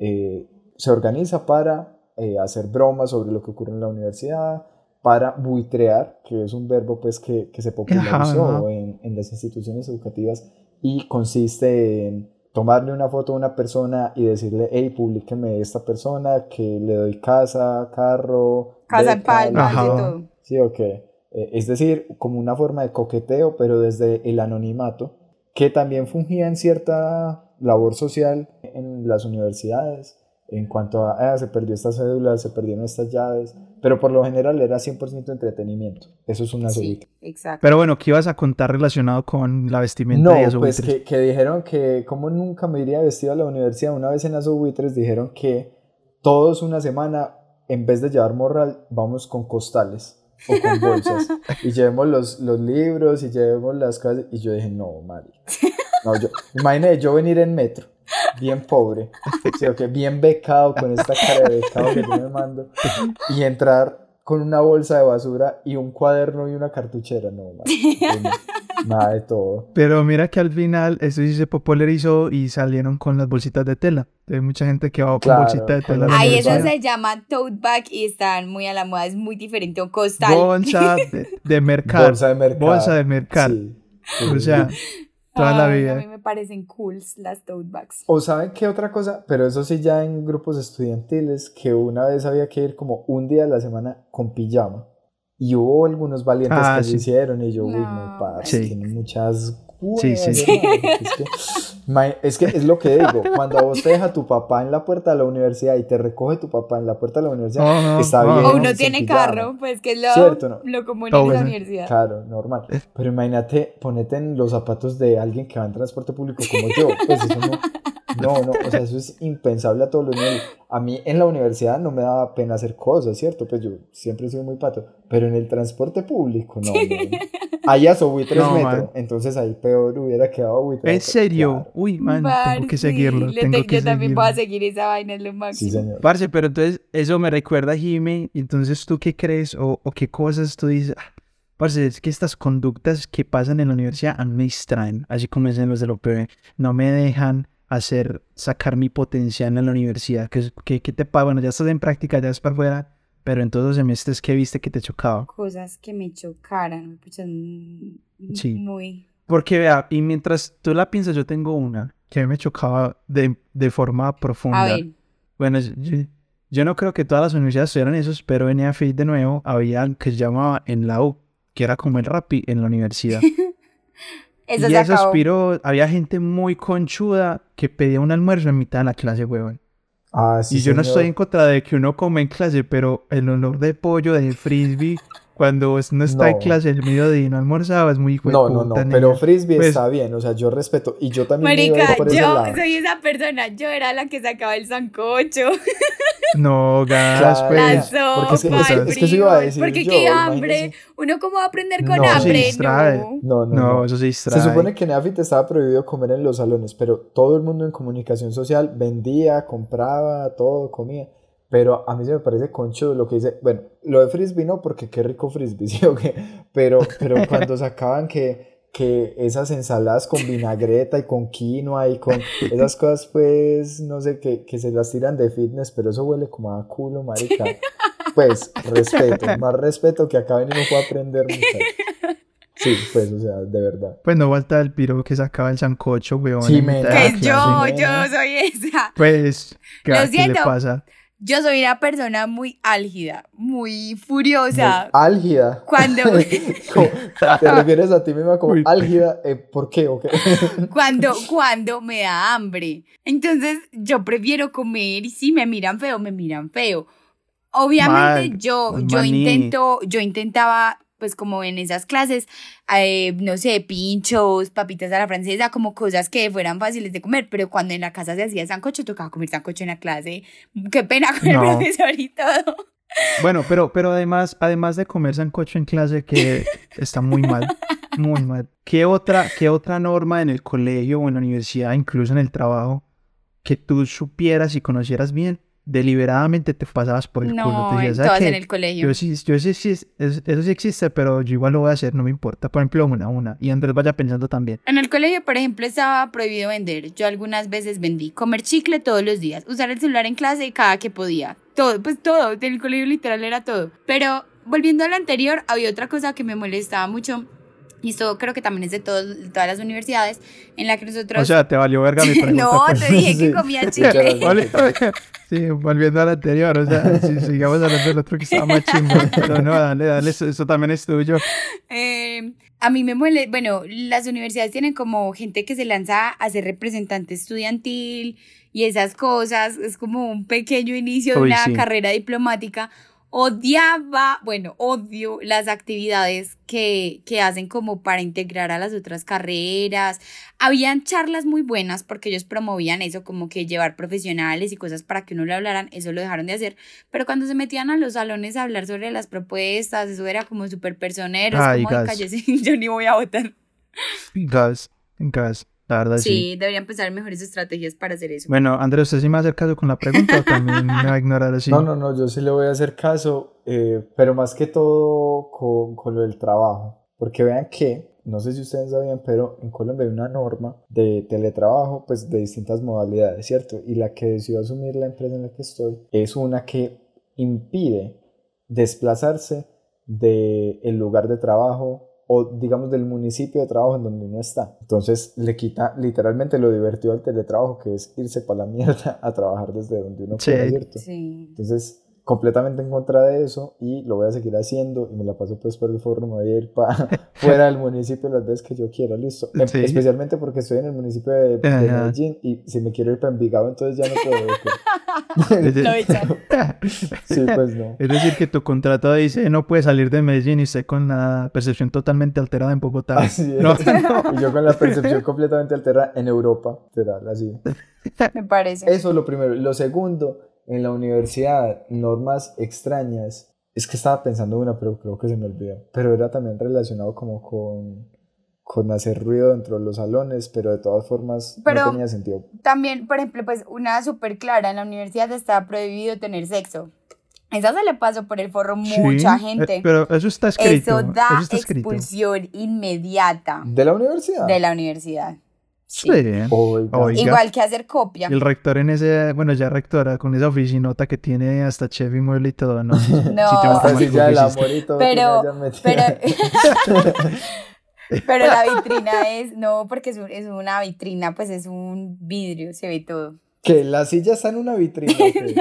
S1: se organiza para hacer bromas sobre lo que ocurre en la universidad, para buitrear, que es un verbo pues que se popularizó
S8: Ajá.
S1: en las instituciones educativas y consiste en tomarle una foto a una persona y decirle, hey, publíqueme esta persona, que le doy casa, carro,
S2: Casa en
S1: beca,
S2: Palmas
S8: Ajá.
S2: y todo.
S1: sí, ok. Es decir, como una forma de coqueteo, pero desde el anonimato, que también fungía en cierta labor social en las universidades, en cuanto a, se perdió esta cédula, se perdieron estas llaves, pero por lo general era 100% entretenimiento. Eso es una
S2: Sí,
S1: sobuitre.
S2: exacto.
S8: Pero bueno, ¿qué ibas a contar relacionado con la vestimenta de
S1: No,
S8: Asobuitres?
S1: pues que dijeron que como nunca me iría vestido a la universidad, una vez en Asobuitres dijeron que todos una semana, en vez de llevar morral, vamos con costales o con bolsas y llevemos los libros y llevemos las cosas, y yo dije, no, Mari, no, imagínate yo venir en metro, bien pobre, sí, okay, bien becado, con esta cara de becado que yo me mando, y entrar con una bolsa de basura y un cuaderno y una cartuchera, no, Mari, nada de todo.
S8: Pero mira que al final eso sí se popularizó y salieron con las bolsitas de tela. Hay mucha gente que va con
S1: Claro,
S8: bolsita de
S1: con
S8: tela. a
S1: las
S8: la
S2: Ahí
S1: bolsas.
S2: eso
S8: universidad.
S2: se llama tote bag y están muy a la moda, es muy diferente a un costal.
S8: Bolsa de mercado.
S1: Bolsa de mercado.
S8: Bolsa de mercado.
S1: Sí,
S8: O sea, toda la
S2: Ay,
S8: vida.
S2: a mí me parecen cools las tote bags.
S1: O saben qué otra cosa, pero eso sí ya en grupos estudiantiles, que una vez había que ir como un día a la semana con pijama. Y hubo algunos valientes que
S8: sí.
S1: lo hicieron y yo, uy,
S2: No,
S1: no, parce,
S8: sí.
S1: tienen muchas
S8: Sí, sí, sí.
S1: hermano, es que es lo que digo, cuando a vos te deja tu papá en la puerta de la universidad y te recoge tu papá en la puerta de la universidad,
S8: Oh,
S1: está
S8: oh.
S1: bien.
S2: O uno
S1: sin
S2: tiene
S1: pijama.
S2: carro, pues que es lo,
S1: Cierto, ¿no?
S2: lo común
S8: Oh,
S2: en la
S8: bueno.
S2: universidad.
S1: Claro, normal. Pero imagínate, ponete en los zapatos de alguien que va en transporte público como yo. Pues eso no, o sea, eso es impensable a todos los niveles. A mí en la universidad no me daba pena hacer cosas, ¿cierto? Pues yo siempre he sido muy pato. Pero en el transporte público, no. Allá subí 3
S8: No,
S1: metros,
S8: man.
S1: entonces ahí peor hubiera quedado buitrado.
S8: ¿En serio?
S1: Claro.
S8: Uy, man, tengo que
S2: Parce,
S8: seguirlo. Tengo que
S2: yo también voy a
S8: seguirlo.
S2: seguir esa vaina, es lo
S1: Sí,
S2: máximo.
S1: señor.
S8: Parce, pero entonces eso me recuerda a Jime. Entonces, ¿tú qué crees o qué cosas tú dices? Ah, parce, es que estas conductas que pasan en la universidad a mí me distraen, así como dicen los de la UPB. No me dejan sacar mi potencial en la universidad. ¿Qué te pasa? Bueno, ya estás en práctica, ya es para afuera, pero en todos los semestres, ¿qué viste que te chocaba?
S2: Cosas que me chocaran, pues,
S8: Sí.
S2: muy...
S8: Porque vea, y mientras tú la piensas, yo tengo una que a mí me chocaba de forma profunda.
S2: A ver,
S8: Bueno, yo no creo que todas las universidades tuvieran esos, pero en EAFIT de nuevo había algo que se llamaba en la U, que era como el Rappi en la universidad.
S2: eso
S8: Y
S2: se
S8: eso
S2: acabó.
S8: aspiró, había gente muy conchuda que pedía un almuerzo en mitad de la clase, huevón.
S1: Ah, sí,
S8: Y yo no
S1: señor.
S8: estoy en contra de que uno come en clase, pero el olor de pollo, de frisbee, cuando no está en
S1: No.
S8: clase el mediodía y no almorzaba, es muy hijo de
S1: No,
S8: puta,
S1: pero
S8: nena.
S1: frisbee
S8: Pues-
S1: está bien, o sea, yo respeto. Y yo también me iba a ir
S2: Marica,
S1: por ese
S2: yo
S1: lado.
S2: soy esa persona, yo era la que sacaba el sancocho,
S8: No, gas,
S1: Claro.
S2: la
S8: pues.
S1: porque es que-
S2: sopa, el
S1: es que eso iba a
S2: frijol,
S1: decir
S2: porque
S1: yo,
S2: qué hambre,
S1: imagínese.
S2: uno cómo va a aprender con
S1: No. Eso
S8: se
S2: hambre,
S8: distrae.
S2: no.
S8: No, eso se distrae.
S1: Se supone que en EAFIT estaba prohibido comer en los salones, pero todo el mundo en comunicación social vendía, compraba, todo, comía. Pero a mí se me parece conchudo lo que dice. Bueno, lo de frisbee no, porque qué rico frisbee, ¿sí o qué? Pero cuando sacaban que esas ensaladas con vinagreta y con quinoa y con esas cosas, pues, no sé, que se las tiran de fitness, pero eso huele como a culo, marica. Pues, respeto, más respeto que acá venimos a aprender, muchachos. Sí, pues, o sea, de verdad.
S8: Pues no falta el piro que sacaba el sancocho, weón.
S1: Sí,
S8: en
S1: men.
S8: mitad de
S2: Que
S8: la
S2: es
S8: clase.
S2: yo
S1: nena.
S2: soy esa.
S8: Pues, ¿qué
S2: Lo
S8: le
S2: siento.
S8: pasa?
S2: Yo soy una persona muy álgida, muy furiosa.
S1: Muy álgida.
S2: Cuando...
S1: ¿Te refieres a ti misma como álgida? ¿Por qué? Okay.
S2: Cuando me da hambre. Entonces yo prefiero comer y si me miran feo, me miran feo. Obviamente yo intentaba, pues como en esas clases, no sé, pinchos, papitas a la francesa, como cosas que fueran fáciles de comer, pero cuando en la casa se hacía sancocho, tocaba comer sancocho en la clase. Qué pena con el profesor y todo.
S8: Bueno, pero además de comer sancocho en clase, que está muy mal, muy mal. ¿Qué otra norma en el colegio o en la universidad, incluso en el trabajo, que tú supieras y conocieras bien, deliberadamente te pasabas por el culo? Te decías,
S2: todas en el colegio.
S8: Eso sí existe, pero yo igual lo voy a hacer, no me importa. Por ejemplo, una. Y Andrés vaya pensando también.
S2: En el colegio, por ejemplo, estaba prohibido vender. Yo algunas veces vendí. Comer chicle todos los días. Usar el celular en clase cada que podía. Todo. En el colegio literal era todo. Pero volviendo a lo anterior, había otra cosa que me molestaba mucho. Y esto creo que también es de todas las universidades, en la que nosotros...
S8: O sea, te valió verga mi pregunta.
S2: No,
S8: pues.
S2: te dije que comía chicle.
S8: Sí, volviendo al anterior, o sea, si sigamos hablando del otro que estaba más chimbo. Pero no, dale, eso también es tuyo.
S2: A mí me molesta, bueno, las universidades tienen como gente que se lanza a ser representante estudiantil y esas cosas, es como un pequeño inicio de una carrera diplomática. Odio las actividades que hacen como para integrar a las otras carreras. Habían charlas muy buenas porque ellos promovían eso, como que llevar profesionales y cosas para que uno le hablaran, eso lo dejaron de hacer. Pero cuando se metían a los salones a hablar sobre las propuestas, eso era como súper personero, es como, cállese, yo ni voy a votar.
S8: Gas. La verdad,
S2: sí, deberían pensar mejores estrategias para hacer eso.
S8: Bueno, Andrés, ¿usted sí me va a hacer caso con la pregunta o también me va a ignorar así?
S1: No, yo sí le voy a hacer caso, pero más que todo con lo del trabajo. Porque vean que, no sé si ustedes sabían, pero en Colombia hay una norma de teletrabajo, pues de distintas modalidades, ¿cierto? Y la que decidió asumir la empresa en la que estoy es una que impide desplazarse del lugar de trabajo o digamos del municipio de trabajo en donde uno está. Entonces le quita literalmente lo divertido al teletrabajo, que es irse para la mierda a trabajar desde donde uno quiera, ¿cierto?
S2: Sí.
S1: Entonces completamente en contra de eso y lo voy a seguir haciendo y me la paso pues por el foro, me voy a ir para fuera del municipio las veces que yo quiera, listo.
S8: Sí.
S1: Especialmente porque estoy en el municipio de Medellín y si me quiero ir para Envigado entonces ya no puedo.
S2: Lo echan.
S1: Sí, pues no.
S8: Es decir, que tu contrato dice no puedes salir de Medellín y esté con la percepción totalmente alterada en Bogotá.
S1: Así es. No. Y yo con la percepción completamente alterada en Europa, literal, así.
S2: Me parece.
S1: Eso es lo primero. Lo segundo, en la universidad, normas extrañas. Es que estaba pensando una, pero creo que se me olvidó. Pero era también relacionado como con hacer ruido dentro de los salones, pero de todas formas no tenía sentido.
S2: También, por ejemplo, pues una súper clara, en la universidad está prohibido tener sexo. Esa se le pasó por el forro mucha gente.
S8: Pero eso está escrito.
S2: Eso da expulsión inmediata.
S1: ¿De la universidad?
S2: De la universidad.
S8: Sí.
S1: Oiga.
S2: Igual que hacer copia.
S8: Y el rector en ese, bueno, ya rectora, con esa oficinota que tiene hasta chef y mueble y todo, ¿no?
S2: No.
S1: Sí, ya el amorito.
S2: Pero la vitrina no, porque es una vitrina, pues es un vidrio, se ve todo.
S1: ¿Que la silla está en una vitrina?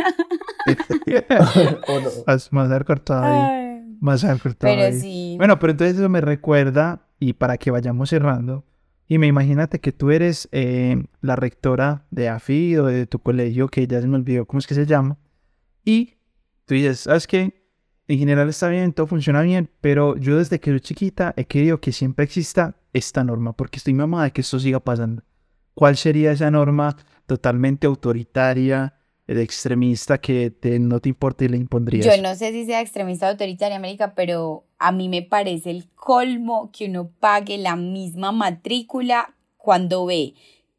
S1: ¿O no?
S8: Más recortado ahí. Más recortado
S2: pero
S8: ahí.
S2: Sí.
S8: Bueno, pero entonces eso me recuerda, y para que vayamos cerrando, y me imagínate que tú eres la rectora de AFID o de tu colegio, que ya se me olvidó cómo es que se llama, y tú dices, ¿sabes qué? En general está bien, todo funciona bien, pero yo desde que soy chiquita he querido que siempre exista esta norma, porque estoy mamada de que esto siga pasando. ¿Cuál sería esa norma totalmente autoritaria, extremista, que no te importa y le impondrías?
S2: Yo no sé si sea extremista o autoritaria, América, pero a mí me parece el colmo que uno pague la misma matrícula cuando ve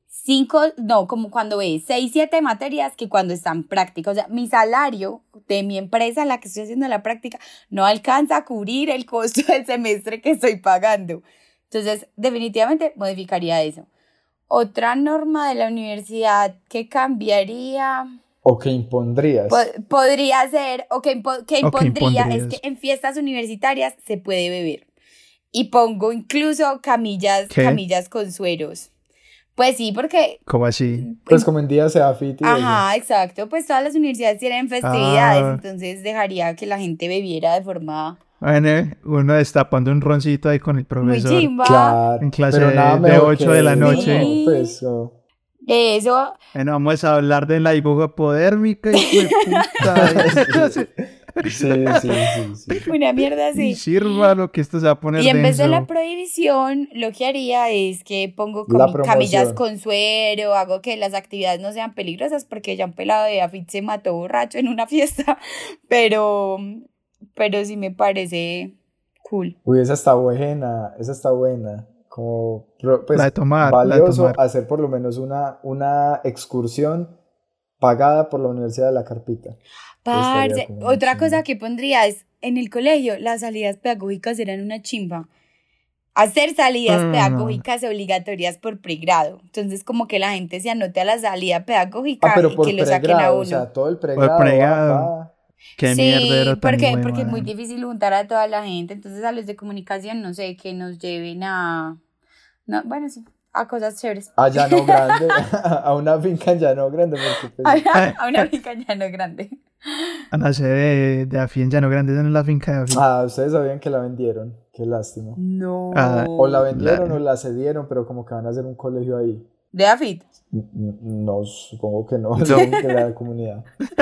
S2: 6, 7 materias que cuando está en práctica. O sea, mi salario de mi empresa en la que estoy haciendo la práctica no alcanza a cubrir el costo del semestre que estoy pagando. Entonces, definitivamente modificaría eso. Otra norma de la universidad que cambiaría...
S1: O que impondrías.
S2: Podría ser, o que impondría, es que en fiestas universitarias se puede beber. Y pongo incluso camillas con sueros. Pues sí, porque...
S8: ¿Cómo así?
S1: Pues como en día se afiti.
S2: Ajá, exacto. Pues todas las universidades tienen festividades,
S8: Ah.
S2: entonces dejaría que la gente bebiera de forma
S8: Bueno, uno destapando un roncito ahí con el
S2: muy
S8: profesor.
S2: chimba.
S1: Claro.
S8: En clase
S1: pero nada
S8: de
S1: mejor
S8: 8 de la
S1: que-
S8: noche.
S2: Sí.
S1: Pues,
S2: Eso,
S8: Bueno, vamos a hablar de la dibujo hipodérmica, hijo de puta.
S1: sí.
S2: una mierda
S8: Y
S2: así.
S8: sirva lo que esto se va a poner
S2: Y en vez de la
S8: denso.
S2: prohibición, lo que haría es que pongo
S1: La promoción.
S2: camillas con suero, hago que las actividades no sean peligrosas, porque ya un pelado de AFIT se mató borracho en una fiesta, pero sí me parece cool.
S1: Uy, esa está buena. Como, pues,
S8: La de tomar,
S1: valioso
S8: la de tomar.
S1: hacer por lo menos una excursión pagada por la Universidad de la Carpita.
S2: Parce,
S1: Estaría como muy
S2: otra
S1: chimba.
S2: cosa que pondría es, en el colegio, las salidas pedagógicas eran una chimba. Hacer salidas
S8: Mm.
S2: pedagógicas obligatorias por pregrado. Entonces, como que la gente se anote a la salida pedagógica
S1: Pero
S2: y
S1: por
S2: que lo saquen a
S1: pregrado,
S2: uno.
S1: o sea, todo el pregrado.
S8: pregrado.
S1: va.
S8: Qué
S2: Sí,
S8: mierdero tan hijo de
S2: porque es muy
S8: madre.
S2: difícil juntar a toda la gente. Entonces, a los de comunicación, no sé, que nos lleven a... No, bueno, sí, a cosas chéveres.
S1: A Llano Grande, a una finca en Llano Grande. Porque, pues,
S2: A una finca ya no grande.
S8: A la sede de Afi en Llano Grande, esa no es la finca de Afi.
S1: ustedes sabían que la vendieron. Qué lástima.
S2: No.
S8: Ah,
S1: O la vendieron
S8: La-
S1: o la cedieron, pero como que van a hacer un colegio ahí.
S2: ¿De AFIT?
S1: No, supongo que no, supongo que la comunidad.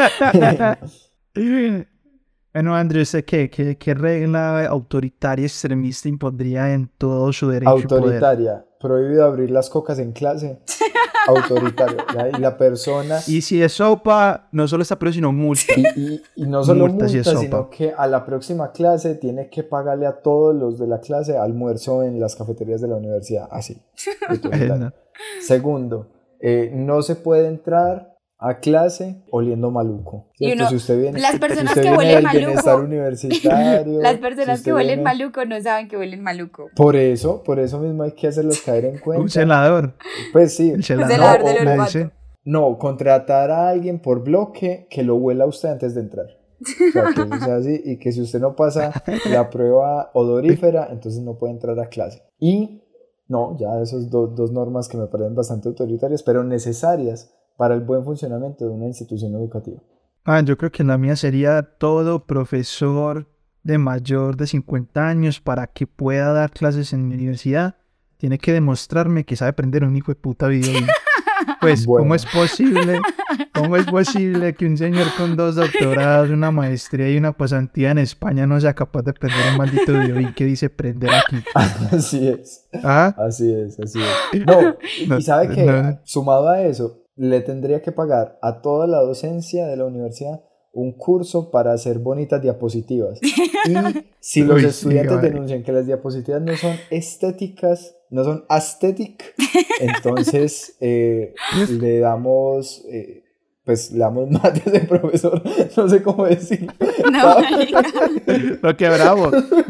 S8: Bueno, Andrew, ¿usted qué regla autoritaria extremista impondría en todo su derecho y poder?
S1: Autoritaria, prohibido abrir las cocas en clase. Autoritario. ¿Ya? Y la persona,
S8: Y si es sopa, no solo está preso, sino multa.
S1: y no solo
S8: Multa, si es
S1: multa,
S8: sopa.
S1: sino que a la próxima clase tiene que pagarle a todos los de la clase almuerzo en las cafeterías de la universidad. Así. Autoritario.
S8: No.
S1: Segundo, no se puede entrar a clase oliendo maluco.
S2: Y
S1: ¿Cierto?
S2: uno-
S1: Si usted viene,
S2: las personas
S1: si usted
S2: que
S1: viene
S2: huelen
S1: del
S2: maluco,
S1: bienestar universitario,
S2: las
S1: si
S2: personas
S1: usted
S2: que huelen
S1: viene-
S2: maluco no saben que huelen maluco.
S1: Por eso mismo hay que hacerlos caer en
S8: Un
S1: cuenta.
S8: celador.
S1: Pues sí.
S8: El
S2: celador
S8: celador.
S2: del
S8: le
S2: olfato.
S8: dice.
S1: No, contratar a alguien por bloque que lo huela a usted antes de entrar. O sea, que eso sea así y que si usted no pasa la prueba odorífera, entonces no puede entrar a clase. Y no, ya esas dos normas que me parecen bastante autoritarias, pero necesarias para el buen funcionamiento de una institución educativa.
S8: Yo creo que la mía sería todo profesor de mayor de 50 años para que pueda dar clases en mi universidad. Tiene que demostrarme que sabe aprender un hijo de puta videojuego. Pues,
S1: Bueno.
S8: ¿cómo es posible que un señor con 2 doctorados, una maestría y una pasantía en España no sea capaz de aprender un maldito videojuego que dice prender aquí?
S1: Así es.
S8: ¿Ah?
S1: Así es. No,
S8: No,
S1: y sabe que
S8: no.
S1: sumado a eso, le tendría que pagar a toda la docencia de la universidad un curso para hacer bonitas diapositivas. Y si los
S8: Uy, sí,
S1: estudiantes
S8: vale.
S1: denuncian que las diapositivas no son estéticas, no son aesthetic, entonces le damos... le damos mates de profesor, no sé cómo decir.
S2: No, marica.
S8: Lo quebramos.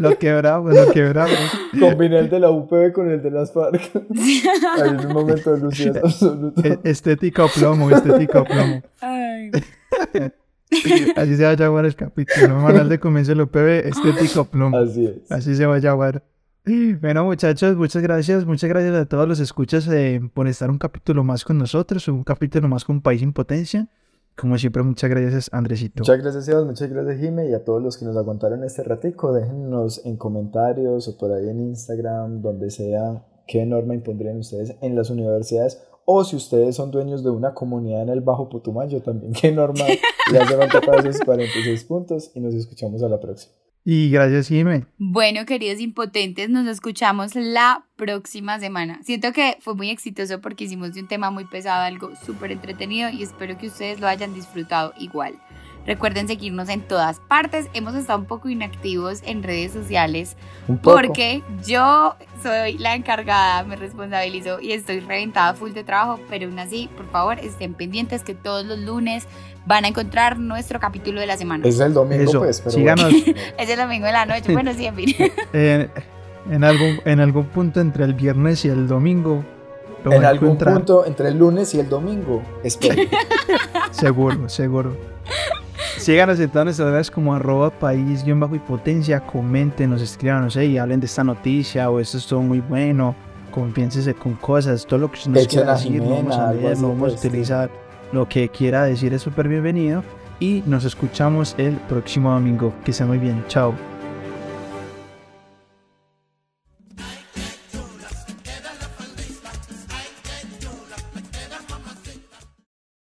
S1: Combiné el de la UPB con el de las FARC. Hay un momento de lucidez absoluta.
S8: Estética o plomo.
S2: Ay.
S8: Así se va a llamar el capítulo. Manual de comienzo del UPB, estética o plomo.
S1: Así es.
S8: Así se va a llamar. Bueno, muchachos, muchas gracias a todos los escuchas por estar un capítulo más con nosotros, un capítulo más con País en Potencia. Como siempre, muchas gracias, Andresito.
S1: Muchas gracias, Sebas, muchas gracias, Jime, y a todos los que nos aguantaron este ratico. Déjennos en comentarios o por ahí en Instagram, donde sea, qué norma impondrían ustedes en las universidades, o si ustedes son dueños de una comunidad en el Bajo Putumayo también, qué norma le hace falta para esos 46 puntos, y nos escuchamos a la próxima.
S8: Y gracias, Jime.
S2: Bueno, queridos impotentes, nos escuchamos la próxima semana. Siento que fue muy exitoso porque hicimos de un tema muy pesado algo súper entretenido y espero que ustedes lo hayan disfrutado igual. Recuerden seguirnos en todas partes. Hemos estado un poco inactivos en redes sociales
S1: Un poco.
S2: porque yo soy la encargada, me responsabilizo y estoy reventada full de trabajo, pero aún así, por favor, estén pendientes que todos los lunes van a encontrar nuestro capítulo de la semana.
S1: Es el domingo,
S8: Eso,
S1: pues, pero
S8: síganos.
S1: bueno.
S2: Es el domingo de la noche, bueno, sí, en fin.
S8: En algún punto entre el viernes y el domingo lo
S1: En
S8: va a
S1: algún
S8: encontrar.
S1: punto entre el lunes y el domingo, espero.
S8: Seguro. Síganos en todas nuestras redes como @país_hipotencia, comenten, nos escriban, no sé, y hablen de esta noticia o esto estuvo muy bueno, confiénsese con cosas, todo lo que usted nos
S1: Echen
S8: quiera
S1: a
S8: decir, lo vamos
S1: Jimena,
S8: a
S1: algo
S8: leer,
S1: así
S8: lo vamos a
S1: por el estilo.
S8: utilizar, lo que quiera decir es súper bienvenido y nos escuchamos el próximo domingo. Que esté muy bien, chao.